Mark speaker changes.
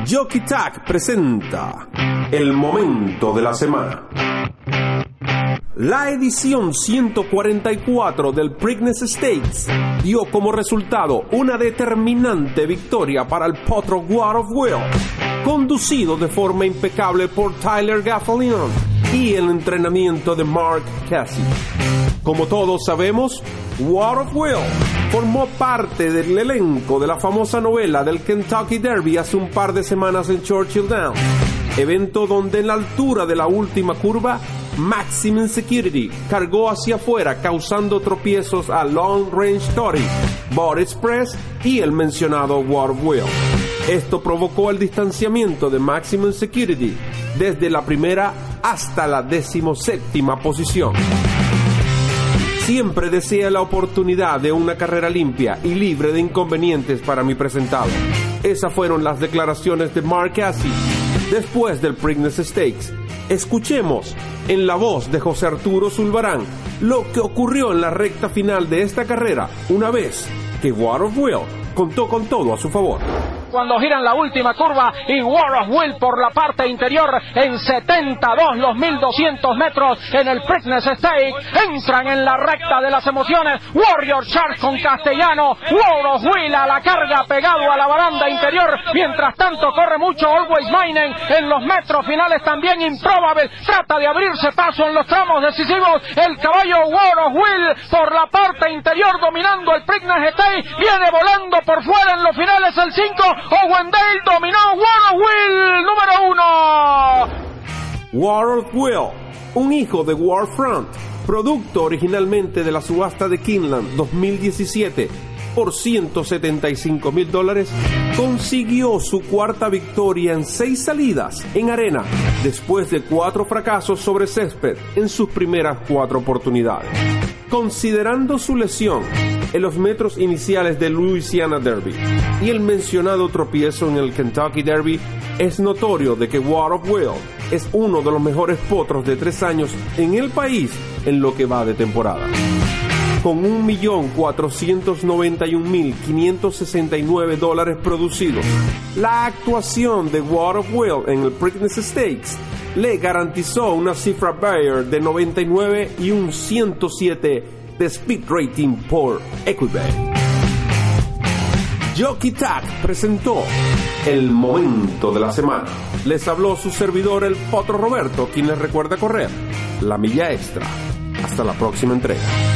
Speaker 1: Jockey Tag presenta el momento de la semana. La edición 144 del Preakness Stakes dio como resultado una determinante victoria para el potro War of Will, conducido de forma impecable por Tyler Gaffalion y el entrenamiento de Mark Casse. Como todos sabemos, War of Will formó parte del elenco de la famosa novela del Kentucky Derby hace un par de semanas en Churchill Downs, evento donde en la altura de la última curva, Maximum Security cargó hacia afuera causando tropiezos a Long Range Story, Bud Express y el mencionado War of Will. Esto provocó el distanciamiento de Maximum Security desde la primera hasta la 17ª posición. Siempre deseé la oportunidad de una carrera limpia y libre de inconvenientes para mi presentado. Esas fueron las declaraciones de Mark Casse después del Preakness Stakes. Escuchemos en la voz de José Arturo Zulbarán lo que ocurrió en la recta final de esta carrera una vez que War of Will contó con todo a su favor.
Speaker 2: Cuando giran la última curva y War of Will por la parte interior en 72 los 1200 metros en el Preakness Stakes, entran en la recta de las emociones. Warrior Shark con Castellano, War of Will a la carga pegado a la baranda interior, mientras tanto corre mucho Always Minen en los metros finales, también Improbable trata de abrirse paso en los tramos decisivos. El caballo War of Will por la parte interior dominando el Preakness Stakes, viene volando por fuera en los finales el 5. Owendale dominó War of Will, número 1.
Speaker 1: War of Will, un hijo de Warfront, producto originalmente de la subasta de Keeneland 2017 por $175,000, consiguió su cuarta victoria en 6 salidas en arena después de 4 fracasos sobre césped en sus primeras 4 oportunidades. Considerando su lesión en los metros iniciales del Louisiana Derby y el mencionado tropiezo en el Kentucky Derby, es notorio de que War of Will es uno de los mejores potros de 3 años en el país en lo que va de temporada. Con $1,491,569 producidos, la actuación de War of Will en el Preakness Stakes le garantizó una cifra Bayer de 99 y un 107 de speed rating por Equibet. Jockey Tag presentó el momento de la semana. Les habló su servidor, el Potro Roberto, quien les recuerda correr la milla extra. Hasta la próxima entrega.